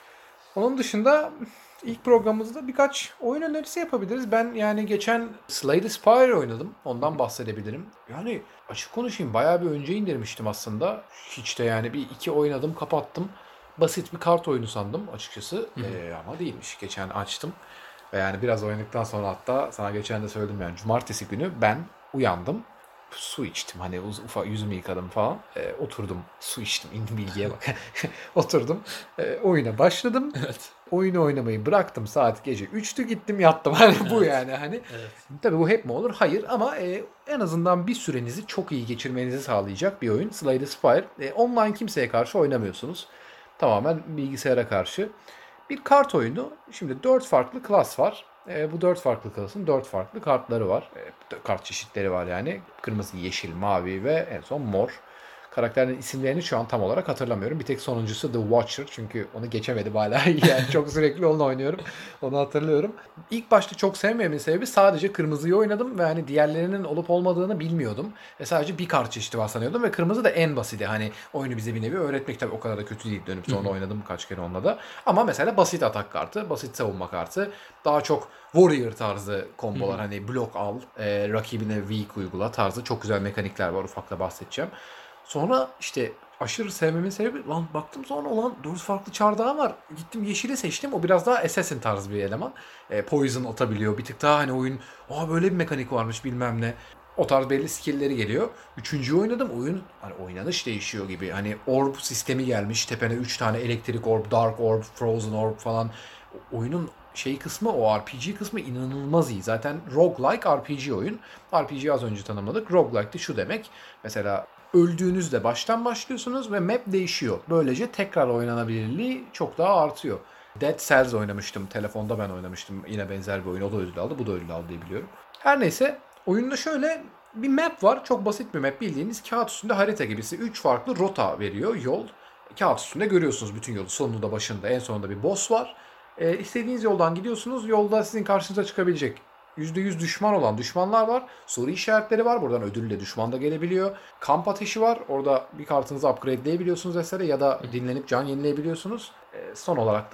Onun dışında ilk programımızda birkaç oyun önerisi yapabiliriz. Ben yani geçen Slay the Spire oynadım. Ondan bahsedebilirim. Yani açık konuşayım, bayağı bir önce indirmiştim aslında. Hiç de yani bir iki oynadım, kapattım. Basit bir kart oyunu sandım açıkçası. Ama değilmiş. Geçen açtım. Ve yani biraz oynadıktan sonra, hatta sana geçen de söyledim yani, cumartesi günü ben uyandım. Su içtim, hani ufak yüzümü yıkadım falan. Oturdum, su içtim, indim, bilgiye bak. Oturdum, oyuna başladım. Evet. Oyunu oynamayı bıraktım, saat gece 3'tü, gittim yattım. Hani bu Evet. yani hani. Evet. Tabii bu hep mi olur? Hayır, ama en azından bir sürenizi çok iyi geçirmenizi sağlayacak bir oyun. Slay the Spire. Online kimseye karşı oynamıyorsunuz. Tamamen bilgisayara karşı. Bir kart oyunu. Şimdi 4 farklı klas var. Bu 4 farklı klasın 4 farklı kartları var. Kart çeşitleri var yani. Kırmızı, yeşil, mavi ve en son mor. Karakterlerin isimlerini şu an tam olarak hatırlamıyorum. Bir tek sonuncusu The Watcher. Çünkü onu geçemedim hala. Yani çok sürekli onunla oynuyorum. Onu hatırlıyorum. İlk başta çok sevmememin sebebi, sadece kırmızıyı oynadım ve hani diğerlerinin olup olmadığını bilmiyordum. Sadece bir kart çeşidi var sanıyordum ve kırmızı da en basiti. Hani oyunu bize bir nevi öğretmek, tabii o kadar da kötü değil. Dönüp sonra oynadım kaç kere onunla da. Ama mesela basit atak kartı, basit savunma kartı. Daha çok Warrior tarzı kombolar. Hani blok al, rakibine weak uygula tarzı çok güzel mekanikler var. Ufakla bahsedeceğim. Sonra işte aşırı sevmemin sebebi, lan baktım sonra, olan 4 farklı çardağı var. Gittim yeşili seçtim. O biraz daha Assassin tarzı bir eleman. Poison atabiliyor. Bir tık daha hani oyun, böyle bir mekanik varmış bilmem ne. O tarz belli skill'leri geliyor. Üçüncüyü oynadım. Oyun, hani oynanış değişiyor gibi. Hani orb sistemi gelmiş. Tepene 3 tane elektrik orb, dark orb, frozen orb falan. Oyunun kısmı, o RPG kısmı inanılmaz iyi. Zaten roguelike RPG oyun. RPG'yi az önce tanımladık. Roguelike de şu demek. Mesela öldüğünüzde baştan başlıyorsunuz ve map değişiyor. Böylece tekrar oynanabilirliği çok daha artıyor. Dead Cells oynamıştım. Telefonda ben oynamıştım. Yine benzer bir oyun. O da ödül aldı. Bu da ödül aldı diye biliyorum. Her neyse, oyunda şöyle bir map var. Çok basit bir map. Bildiğiniz kağıt üstünde harita gibisi. 3 farklı rota veriyor. Yol. Kağıt üstünde görüyorsunuz bütün yolu. Sonunda, başında, en sonunda bir boss var. İstediğiniz yoldan gidiyorsunuz. Yolda sizin karşınıza çıkabilecek %100 düşman olan düşmanlar var. Soru işaretleri var. Buradan ödülle düşman da gelebiliyor. Kamp ateşi var. Orada bir kartınızı upgrade'leyebiliyorsunuz vesaire, ya da dinlenip can yenileyebiliyorsunuz. Son olarak da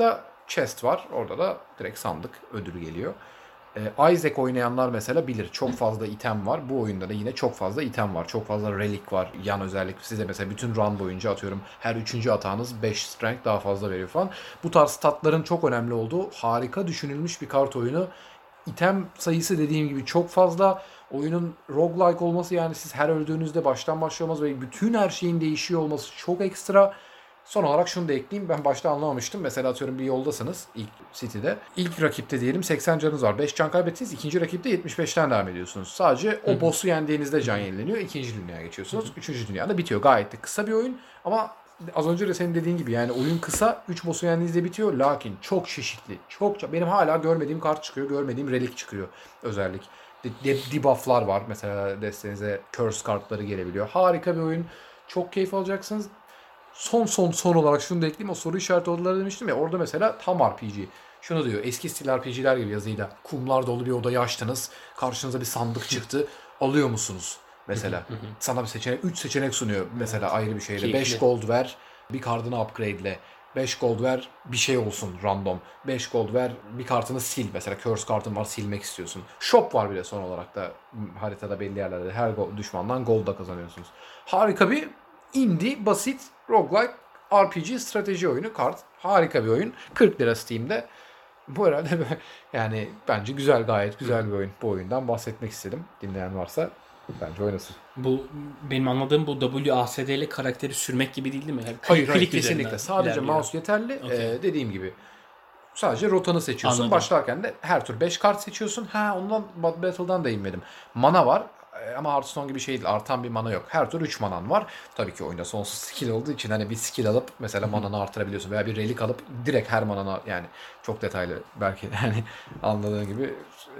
chest var. Orada da direkt sandık ödülü geliyor. Isaac oynayanlar mesela bilir. Çok fazla item var. Bu oyunda da yine çok fazla item var. Çok fazla relic var. Yan özellik size mesela bütün run boyunca atıyorum. Her 3. atağınız 5 strength daha fazla veriyor falan. Bu tarz statların çok önemli olduğu harika düşünülmüş bir kart oyunu. İtem sayısı dediğim gibi çok fazla. Oyunun roguelike olması, yani siz her öldüğünüzde baştan başlamaz ve bütün her şeyin değişiyor olması çok ekstra. Son olarak şunu da ekleyeyim. Ben başta anlamamıştım. Mesela atıyorum bir yoldasınız ilk city'de. İlk rakipte diyelim 80 canınız var. 5 can kaybettiniz. İkinci rakipte 75'ten devam ediyorsunuz. Sadece o boss'u yendiğinizde can yenileniyor. İkinci dünyaya geçiyorsunuz. Üçüncü dünyada bitiyor. Gayet de kısa bir oyun. Ama az önce de senin dediğin gibi yani oyun kısa. 3 boss'u yendiğinizde bitiyor. Lakin çok çeşitli. Benim hala görmediğim kart çıkıyor. Görmediğim relik çıkıyor. Özellik. Debuff'lar var. Mesela destenize curse kartları gelebiliyor. Harika bir oyun. Çok keyif alacaksınız. Son olarak şunu da ekleyeyim. O soru işareti odaları demiştim ya. Orada mesela tam RPG. Şunu diyor. Eski stil RPG'ler gibi yazıyla. Kumlar dolu bir odayı açtınız. Karşınıza bir sandık çıktı. Alıyor musunuz? Mesela. Sana bir seçenek. 3 seçenek sunuyor. Mesela ayrı bir şeyle. Keyifli. 5 gold ver. Bir kartını upgrade'le. 5 gold ver. Bir şey olsun random. 5 gold ver. Bir kartını sil. Mesela curse kartın var. Silmek istiyorsun. Shop var bile son olarak da. Haritada belli yerlerde. Her düşmandan gold da kazanıyorsunuz. Harika bir indie, basit, roguelike, RPG, strateji oyunu, kart. Harika bir oyun. 40 lira Steam'de. Bu herhalde yani bence gayet güzel bir oyun. Bu oyundan bahsetmek istedim. Dinleyen varsa bence oynasın. Bu benim anladığım bu WASD ile karakteri sürmek gibi değil mi? Hayır, Klik kesinlikle. üzerinden Sadece ilerliyor. mouse yeterli. Okay. Dediğim gibi sadece rotanı seçiyorsun. Anladım. Başlarken de her tur 5 kart seçiyorsun. Ondan Battle'dan da inmedim. Mana var. Ama Hearthstone gibi şey değil. Artan bir mana yok. Her tur 3 manan var. Tabii ki oyunda sonsuz skill olduğu için hani bir skill alıp mesela mananı artırabiliyorsun. Veya bir relic alıp direkt her manana, yani çok detaylı belki yani anladığın gibi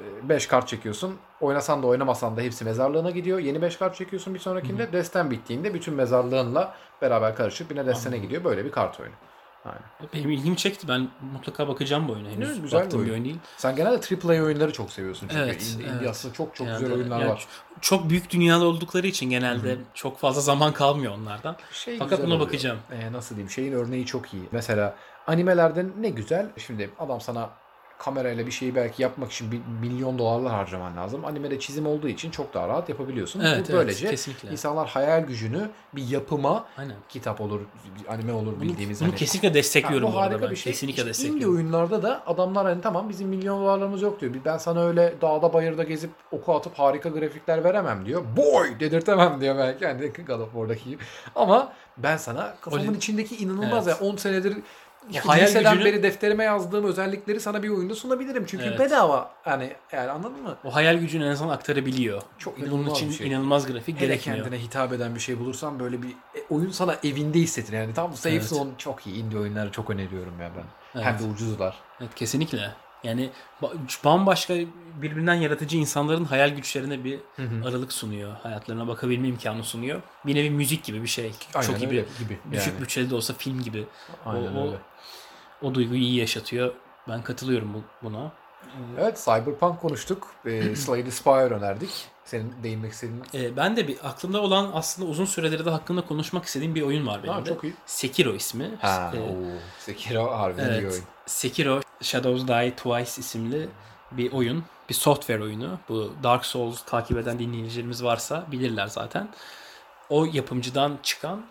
5 kart çekiyorsun. Oynasan da oynamasan da hepsi mezarlığına gidiyor. Yeni 5 kart çekiyorsun bir sonrakinde. Desten bittiğinde bütün mezarlığınla beraber karışıp yine destene gidiyor. Böyle bir kart oyunu. Aynen. Benim ilgimi çekti. Ben mutlaka bakacağım bu oyuna. Henüz Evet, güzel baktığım bir bir oyun. oyun değil. Sen genelde AAA oyunları çok seviyorsun çünkü. Evet, Indie evet. aslında çok Yani güzel oyunlar yani var. çok büyük dünyalı oldukları için genelde çok fazla zaman kalmıyor onlardan. Fakat Güzel buna oluyor. bakacağım. Nasıl diyeyim? Şeyin örneği çok iyi. Mesela animelerde ne güzel. Şimdi adam sana kamerayla bir şeyi belki yapmak için $1 milyon harcaman lazım. Animede çizim olduğu için çok daha rahat yapabiliyorsun. Evet, Bu böylece kesinlikle. insanlar hayal gücünü bir yapıma, Aynen. kitap olur, anime olur bildiğimiz. Bunu kesinlikle destekliyorum bu bu arada harika ben. bir şey. Kesinlikle İşte indie destekliyorum. oyunlarda da adamlar hani tamam bizim $1 milyon yok diyor. Ben sana öyle dağda bayırda gezip oku atıp harika grafikler veremem diyor. Boy dedirtemem diyor belki. Yani God of War'daki gibi. Ama ben sana kafamın Öyle- içindeki inanılmaz Evet. ya 10 senedir hayal liseden gücünü- beri defterime yazdığım özellikleri sana bir oyunda sunabilirim. Çünkü Evet. bedava. Yani anladın mı? O hayal gücünü en azından aktarabiliyor. Çok Bunun inanılmaz için bir şey. inanılmaz grafik Hele gerekmiyor. kendine hitap eden bir şey bulursan böyle bir oyun sana evinde hissettir. Yani tam safe Evet. zone çok iyi. Indie oyunları çok öneriyorum ya ben. Evet. Hem de ucuzlar. Evet, kesinlikle. Yani bambaşka birbirinden yaratıcı insanların hayal güçlerine bir aralık sunuyor. Hayatlarına bakabilme imkanı sunuyor. Bir nevi müzik gibi bir şey. Aynen Çok iyi öyle bir gibi. düşük Yani. bütçeli de olsa film gibi. Aynen o, öyle. o duyguyu iyi yaşatıyor. Ben katılıyorum buna. Evet, Cyberpunk konuştuk. Slay the Spire önerdik. Senin değinmek istediğin... Ben de aklımda olan aslında uzun süredir de hakkında konuşmak istediğim bir oyun var benim de. Çok iyi. Sekiro ismi. Sekiro harbiden iyi oyun. Sekiro Shadows Die Twice isimli bir oyun. Bir software oyunu. Bu Dark Souls takip eden dinleyicilerimiz varsa bilirler zaten. O yapımcıdan çıkan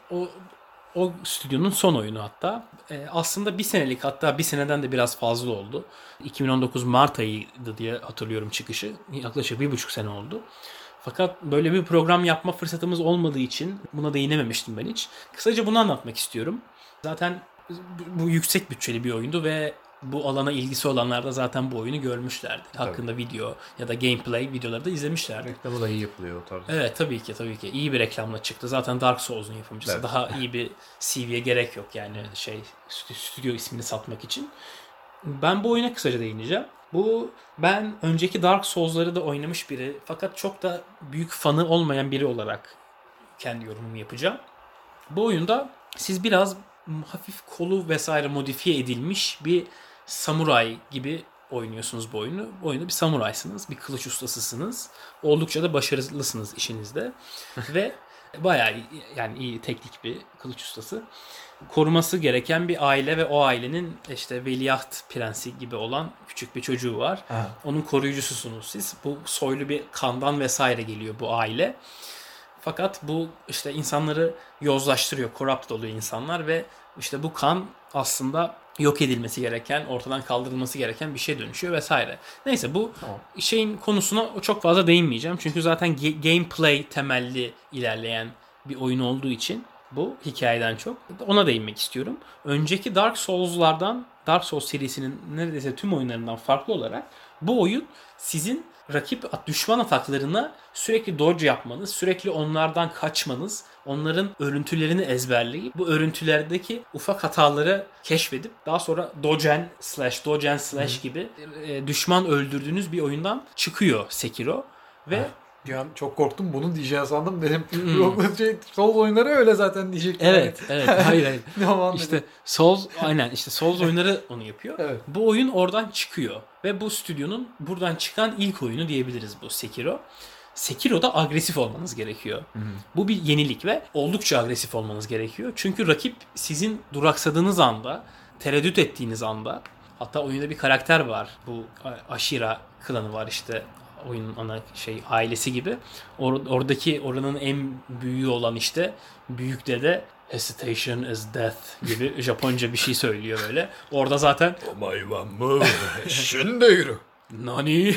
o stüdyonun son oyunu hatta. Aslında bir senelik, hatta bir seneden de biraz fazla oldu. 2019 Mart ayıydı diye hatırlıyorum çıkışı. Yaklaşık 1,5 sene oldu. Fakat böyle bir program yapma fırsatımız olmadığı için buna değinememiştim ben hiç. Kısaca bunu anlatmak istiyorum. Zaten bu yüksek bütçeli bir oyundu ve bu alana ilgisi olanlar da zaten bu oyunu görmüşlerdi. Hakkında video ya da gameplay videoları da izlemişlerdi. Reklamı da iyi yapılıyor o tarz. Evet, tabii ki. İyi bir reklamla çıktı. Zaten Dark Souls'un yapımcısı. Evet. Daha iyi bir CV'ye gerek yok yani stüdyo ismini satmak için. Ben bu oyuna kısaca değineceğim. Ben önceki Dark Souls'ları da oynamış biri fakat çok da büyük fanı olmayan biri olarak kendi yorumumu yapacağım. Bu oyunda siz biraz hafif kolu vesaire modifiye edilmiş bir samuray gibi oynuyorsunuz bu oyunu. Bu oyunda bir samuraysınız, bir kılıç ustasısınız. Oldukça da başarılısınız işinizde. Ve Bayağı yani iyi teknik bir kılıç ustası. Koruması gereken bir aile ve o ailenin işte veliaht prensi gibi olan küçük bir çocuğu var. Ha. Onun koruyucususunuz siz. Bu soylu bir kandan vesaire geliyor bu aile. Fakat bu işte insanları yozlaştırıyor, corrupt oluyor insanlar ve işte bu kan aslında yok edilmesi gereken, ortadan kaldırılması gereken bir şeye dönüşüyor vesaire. Neyse bu şeyin konusuna çok fazla değinmeyeceğim. Çünkü zaten gameplay temelli ilerleyen bir oyun olduğu için bu hikayeden çok ona değinmek istiyorum. Önceki Dark Souls serisinin neredeyse tüm oyunlarından farklı olarak bu oyun sizin düşman ataklarına sürekli dodge yapmanız, sürekli onlardan kaçmanız, onların örüntülerini ezberleyip bu örüntülerdeki ufak hataları keşfedip daha sonra dodge and slash gibi düşman öldürdüğünüz bir oyundan çıkıyor Sekiro ve Bir an çok korktum, bunu diyeceğim sandım, dedim. Yok, Souls oyunları öyle zaten diyecektim. evet hayır. Tamam İşte dedim. Souls oyunları onu yapıyor. Evet. Bu oyun oradan çıkıyor ve bu stüdyonun buradan çıkan ilk oyunu diyebiliriz bu Sekiro. Sekiro'da agresif olmanız gerekiyor. Bu bir yenilik ve oldukça agresif olmanız gerekiyor. Çünkü rakip sizin duraksadığınız anda, tereddüt ettiğiniz anda, hatta oyunda bir karakter var. Bu Ashira klanı var işte oyunun ana ailesi gibi. Oranın en büyüğü olan işte büyük dede hesitation is death gibi Japonca bir şey söylüyor böyle. Orada zaten Şimdi yürü. Nani?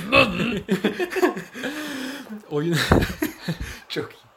Oyun Çok iyi.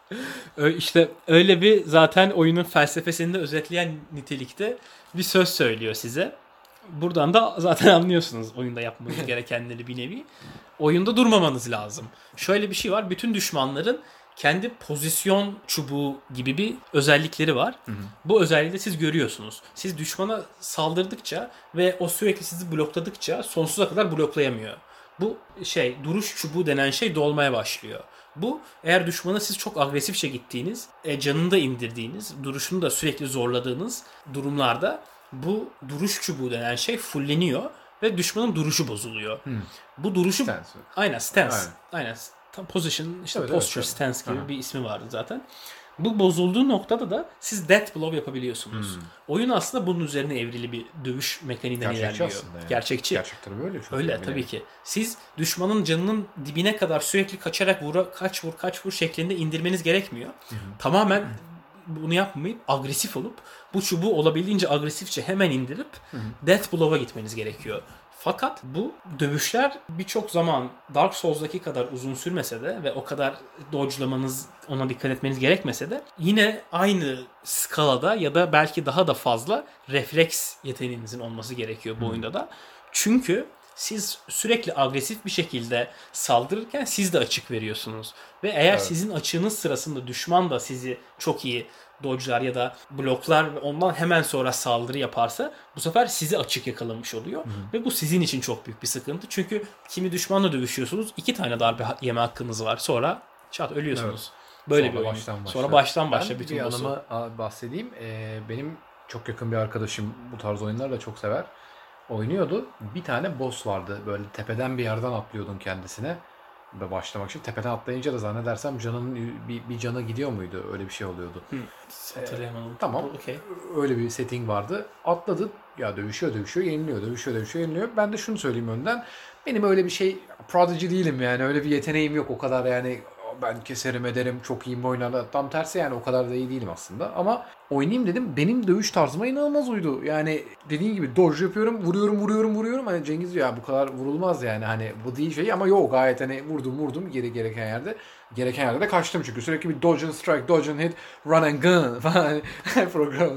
işte öyle bir zaten oyunun felsefesini de özetleyen nitelikte bir söz söylüyor size. Buradan da zaten anlıyorsunuz oyunda yapmanız gerekenleri bir nevi. Oyunda durmamanız lazım. Şöyle bir şey var. Bütün düşmanların kendi pozisyon çubuğu gibi bir özellikleri var. Bu özelliği de siz görüyorsunuz. Siz düşmana saldırdıkça ve o sürekli sizi blokladıkça sonsuza kadar bloklayamıyor. Bu duruş çubuğu denen şey dolmaya başlıyor. Bu eğer düşmana siz çok agresifçe gittiğiniz, canını da indirdiğiniz, duruşunu da sürekli zorladığınız durumlarda bu duruş çubuğu denen şey fulleniyor ve düşmanın duruşu bozuluyor. Bu duruşu stance. Aynen. Tam position, işte Evet, posture, evet. stance gibi bir ismi vardı zaten. Bu bozulduğu noktada da siz death blow yapabiliyorsunuz. Oyun aslında bunun üzerine evrili bir dövüş mekaniğinden ilerliyor. Yani. Gerçekçi. Gerçekten böyle. Çok Öyle önemli. tabii ki. Siz düşmanın canının dibine kadar sürekli kaçarak kaç vur şeklinde indirmeniz gerekmiyor. Tamamen bunu yapmayıp agresif olup bu çubuğu olabildiğince agresifçe hemen indirip death blow'a gitmeniz gerekiyor. Fakat bu dövüşler birçok zaman Dark Souls'daki kadar uzun sürmese de ve o kadar dodge'lamanız, ona dikkat etmeniz gerekmese de yine aynı skalada ya da belki daha da fazla refleks yeteneğinizin olması gerekiyor bu oyunda da. Çünkü siz sürekli agresif bir şekilde saldırırken siz de açık veriyorsunuz. Ve eğer sizin açığınız sırasında düşman da sizi çok iyi dodge'lar ya da bloklar ve ondan hemen sonra saldırı yaparsa bu sefer sizi açık yakalamış oluyor. Ve bu sizin için çok büyük bir sıkıntı. Çünkü kimi düşmanla dövüşüyorsunuz, 2 tane darbe yeme hakkınız var. Sonra ölüyorsunuz. Böyle Sonra bir oyun. baştan başla. Sonra baştan başla Ben bütün bir boss'u. anımı bahsedeyim. Benim çok yakın bir arkadaşım bu tarz oyunları da çok sever. Oynuyordu. Bir tane boss vardı. Böyle tepeden bir yerden atlıyordun kendisine. Ve başlamak için. Tepeden atlayınca da zannedersem canının bir cana gidiyor muydu? Öyle bir şey oluyordu. Hatırlayamadım. Tamam. Okay. Öyle bir setting vardı. Atladı. Ya dövüşüyor, yeniliyor. Dövüşüyor, yeniliyor. Ben de şunu söyleyeyim önden. Benim öyle bir prodigy değilim yani. Öyle bir yeteneğim yok o kadar yani. Ben keserim ederim, çok iyiyim oynarlar. Tam tersi yani, o kadar da iyi değilim aslında. Ama oynayayım dedim. Benim dövüş tarzıma inanılmaz uydu. Yani dediğin gibi dodge yapıyorum, vuruyorum. Hani Cengiz diyor ya bu kadar vurulmaz yani. Hani bu değil ama yok, gayet hani vurdum gereken yerde. Gereken yerde de kaçtım çünkü sürekli bir dodge and strike, dodge and hit, run and gun falan program.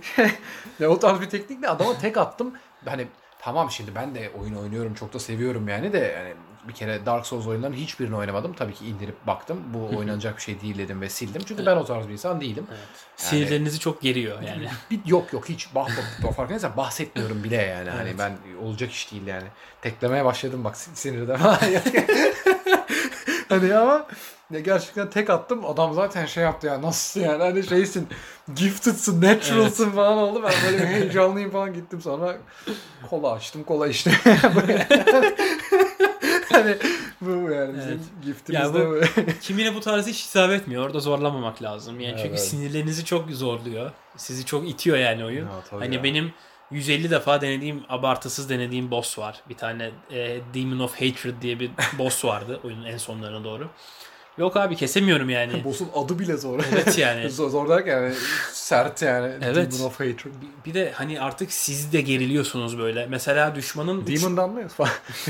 Ya o tarz bir teknikle adama tek attım. Hani tamam, şimdi ben de oyun oynuyorum, çok da seviyorum yani de yani bir kere Dark Souls oyunlarının hiçbirini oynamadım. Tabii ki indirip baktım. Bu oynanacak bir şey değil dedim ve sildim. Çünkü ben o tarz bir insan değilim. Evet. Yani, sinirlerinizi çok geriyor yani. yok hiç farkındaysan bahsetmiyorum bile yani. Hani Evet. ben olacak iş değil yani. Teklemeye başladım bak sinirden. Hani ama ya gerçekten tek attım. Adam zaten yaptı ya, nasıl yani, hani gifted'sın, natural'sın falan oldu. Ben böyle bir heyecanlıyım falan, gittim sonra kola açtım, kola işte. Hani bu yani bizim Evet. giftimiz Ya de bu- bu. Kimine bu tarz hiç isabet etmiyor. Orada zorlamamak lazım. Yani çünkü Evet. sinirlerinizi çok zorluyor. Sizi çok itiyor yani oyun. Ya, tabii Hani ya. benim 150 defa denediğim, abartısız denediğim boss var. Bir tane Demon of Hatred diye bir boss vardı oyunun en sonlarına doğru. Yok abi kesemiyorum yani. Boss'un adı bile zor. Evet yani. Zor derken yani sert yani. Evet. Demon of Hatred. Bir de hani artık siz de geriliyorsunuz böyle. Mesela düşmanın Demon'dan mıyız falan?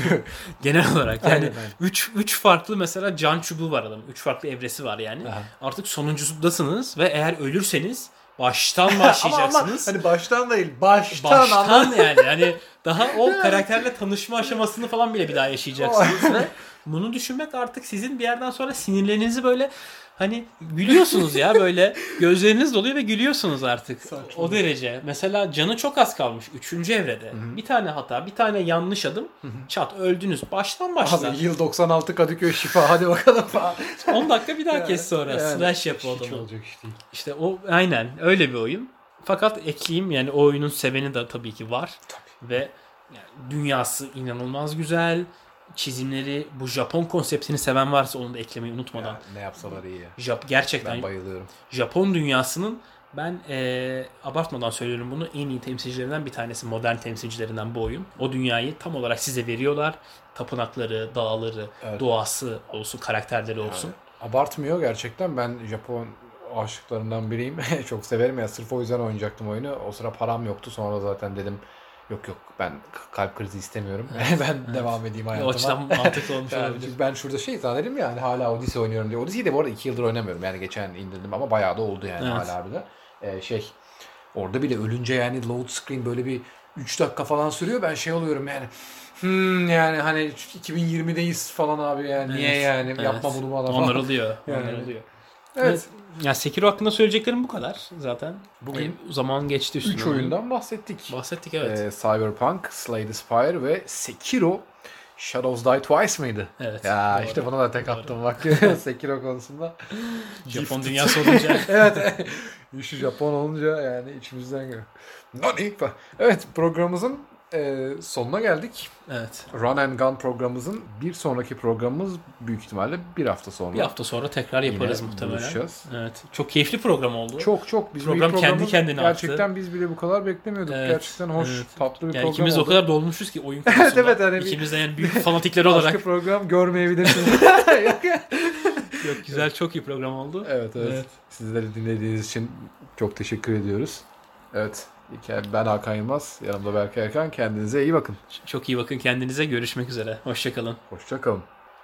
genel olarak yani Aynen, aynen. 3 farklı mesela can çubuğu var adamın. 3 farklı evresi var yani. Aha. Artık sonuncusundasınız ve eğer ölürseniz baştan Ama başlayacaksınız. hani baştan değil. Baştan Yani hani daha o karakterle tanışma aşamasını falan bile bir daha yaşayacaksınız ve bunu düşünmek artık sizin bir yerden sonra sinirlerinizi böyle hani gülüyorsunuz ya böyle gözleriniz doluyor ve gülüyorsunuz artık. Saçma. O derece. Mesela canı çok az kalmış 3. evrede. Bir tane hata, bir tane yanlış adım çat öldünüz. Baştan başla. Abi yıl 96 Kadıköy şifa hadi bakalım falan. 10 dakika bir daha Yani- kes sonra. yani Slash yap o hiç adamı. olacak iş değil. İşte o aynen öyle bir oyun. Fakat ekleyeyim yani o oyunun seveni de tabii ki var. Ve yani dünyası inanılmaz güzel. Çizimleri, bu Japon konseptini seven varsa onu da eklemeyi unutmadan. Ya, ne yapsalar iyi ya. Gerçekten Ben bayılıyorum. Japon dünyasının ben abartmadan söylüyorum bunu en iyi temsilcilerinden bir tanesi. Modern temsilcilerinden bu oyun. O dünyayı tam olarak size veriyorlar. Tapınakları, dağları, Evet. doğası olsun, karakterleri olsun. Abartmıyor gerçekten. Ben Japon aşıklarından biriyim. Çok severim ya. Sırf o yüzden oynayacaktım oyunu. O sıra param yoktu. Sonra zaten dedim yok ben kalp krizi istemiyorum. Ben devam edeyim O hayatıma. açıdan mantıklı olmuş Yani olabilir. çünkü ben şurada zannederim ya hani hala Odyssey oynuyorum diye. Odyssey'i de bu arada 2 yıldır oynamıyorum. Yani geçen indirdim ama bayağı da oldu yani Evet. hala bile. Orada bile ölünce yani load screen böyle bir 3 dakika falan sürüyor. Ben oluyorum yani. Yani hani 2020'deyiz falan abi yani. Niye Evet, yani? evet. Yapma bunu bana falan. Onlar oluyor. Yani. Onlar oluyor. Evet. Ya Sekiro hakkında söyleyeceklerim bu kadar zaten. Bugün Zaman geçti üstüne. 3 oyundan bahsettik. bahsettik evet. Cyberpunk, Slay the Spire ve Sekiro. Shadows Die Twice mıydı? Evet, Ya doğru. işte buna da tek Doğru. attım bak Sekiro konusunda. Japon Gifted. dünyası olunca. Evet. Şu Japon olunca yani içimizden geliyor. Nani? Evet programımızın sonuna geldik. Evet. Run and Gun programımızın bir sonraki programımız büyük ihtimalle bir hafta sonra. Bir hafta sonra tekrar yaparız Yine muhtemelen. buluşacağız. Evet. Çok keyifli program oldu. Çok bizim Program ilk kendi programımız kendine gerçekten biz bile bu kadar beklemiyorduk. Evet, Gerçekten hoş, evet. tatlı bir Yani program ikimiz oldu. o kadar dolmuşuz ki oyun konusunda. Evet, hani bir- İkimiz de yani büyük fanatikler Başka olarak. program görmeyebilirsiniz. Yok güzel çok iyi program oldu. Evet. Evet. Sizleri dinlediğiniz için çok teşekkür ediyoruz. Evet. Ben Hakan Yılmaz. Yanımda Berkay Erkan. Kendinize iyi bakın. Çok iyi bakın kendinize. Görüşmek üzere. Hoşçakalın. Hoşça kalın.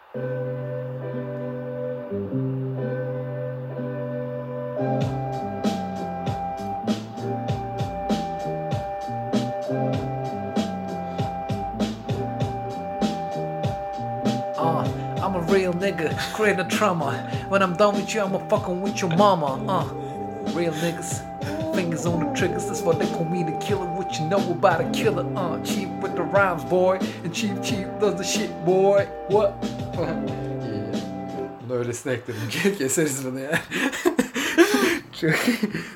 I'm a real nigga, create a trauma. When I'm done with you, I'm a fucking with your mama. Real niggas, fingers on the triggers. That's what they call me, the killer. What you know about a killer? Cheap with the rhymes, boy, and cheap does the shit, boy. What? İyi. Bunu öylesine ekledim. Keseriz bunu ya. Çok